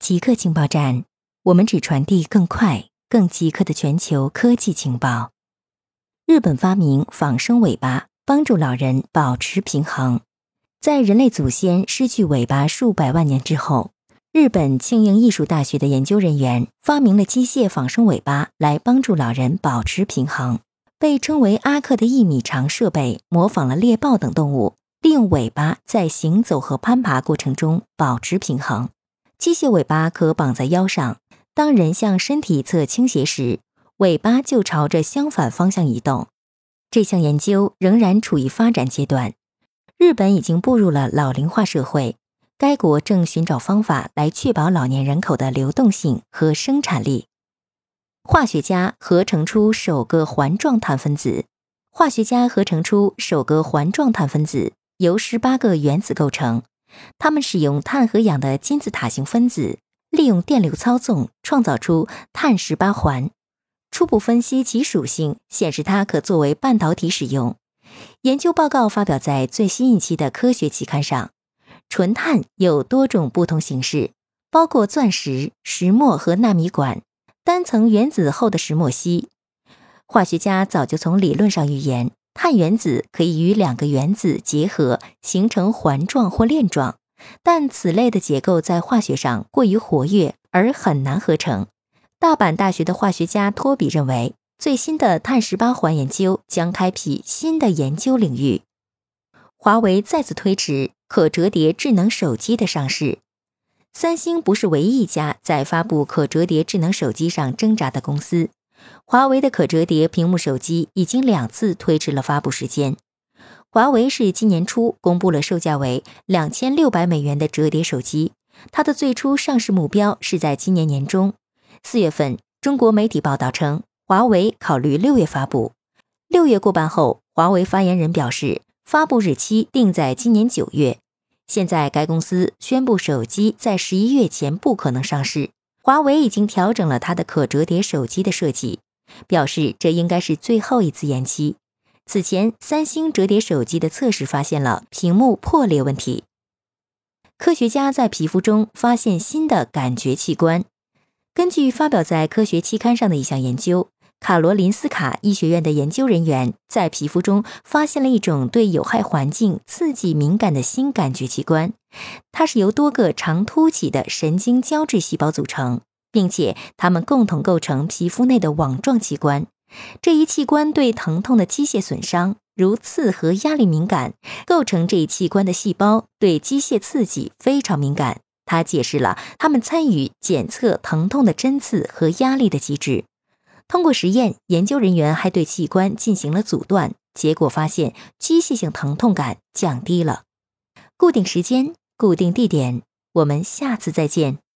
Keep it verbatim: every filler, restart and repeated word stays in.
极客情报站，我们只传递更快、更极客的全球科技情报。日本发明仿生尾巴，帮助老人保持平衡。在人类祖先失去尾巴数百万年之后，日本庆应艺术大学的研究人员发明了机械仿生尾巴来帮助老人保持平衡。被称为阿克的一米长设备模仿了猎豹等动物，利用尾巴在行走和攀爬过程中保持平衡。机械尾巴可绑在腰上，当人向身体一侧倾斜时，尾巴就朝着相反方向移动。这项研究仍然处于发展阶段。日本已经步入了老龄化社会，该国正寻找方法来确保老年人口的流动性和生产力。化学家合成出首个环状碳分子。化学家合成出首个环状碳分子，由十八个原子构成。他们使用碳和氧的金字塔形分子，利用电流操纵创造出碳十八环。初步分析其属性，显示它可作为半导体使用。研究报告发表在最新一期的科学期刊上。纯碳有多种不同形式，包括钻石、石墨和纳米管、单层原子后的石墨烯。化学家早就从理论上预言，碳原子可以与两个原子结合，形成环状或链状，但此类的结构在化学上过于活跃，而很难合成。大阪大学的化学家托比认为，最新的碳十八环研究将开辟新的研究领域。华为再次推迟可折叠智能手机的上市。三星不是唯一一家在发布可折叠智能手机上挣扎的公司。华为的可折叠屏幕手机已经两次推迟了发布时间。华为是今年初公布了售价为两千六百美元的折叠手机，它的最初上市目标是在今年年中。四月份，中国媒体报道称，华为考虑六月发布。六月过半后，华为发言人表示，发布日期定在今年九月。现在该公司宣布手机在十一月前不可能上市。华为已经调整了它的可折叠手机的设计，表示这应该是最后一次延期。此前，三星折叠手机的测试发现了屏幕破裂问题。科学家在皮肤中发现新的感觉器官。根据发表在科学期刊上的一项研究，卡罗林斯卡医学院的研究人员在皮肤中发现了一种对有害环境刺激敏感的新感觉器官，它是由多个常凸起的神经胶质细胞组成，并且它们共同构成皮肤内的网状器官。这一器官对疼痛的机械损伤，如刺和压力敏感，构成这一器官的细胞对机械刺激非常敏感。它解释了它们参与检测疼痛的针刺和压力的机制。通过实验，研究人员还对器官进行了阻断，结果发现机械性疼痛感降低了。固定时间，固定地点，我们下次再见。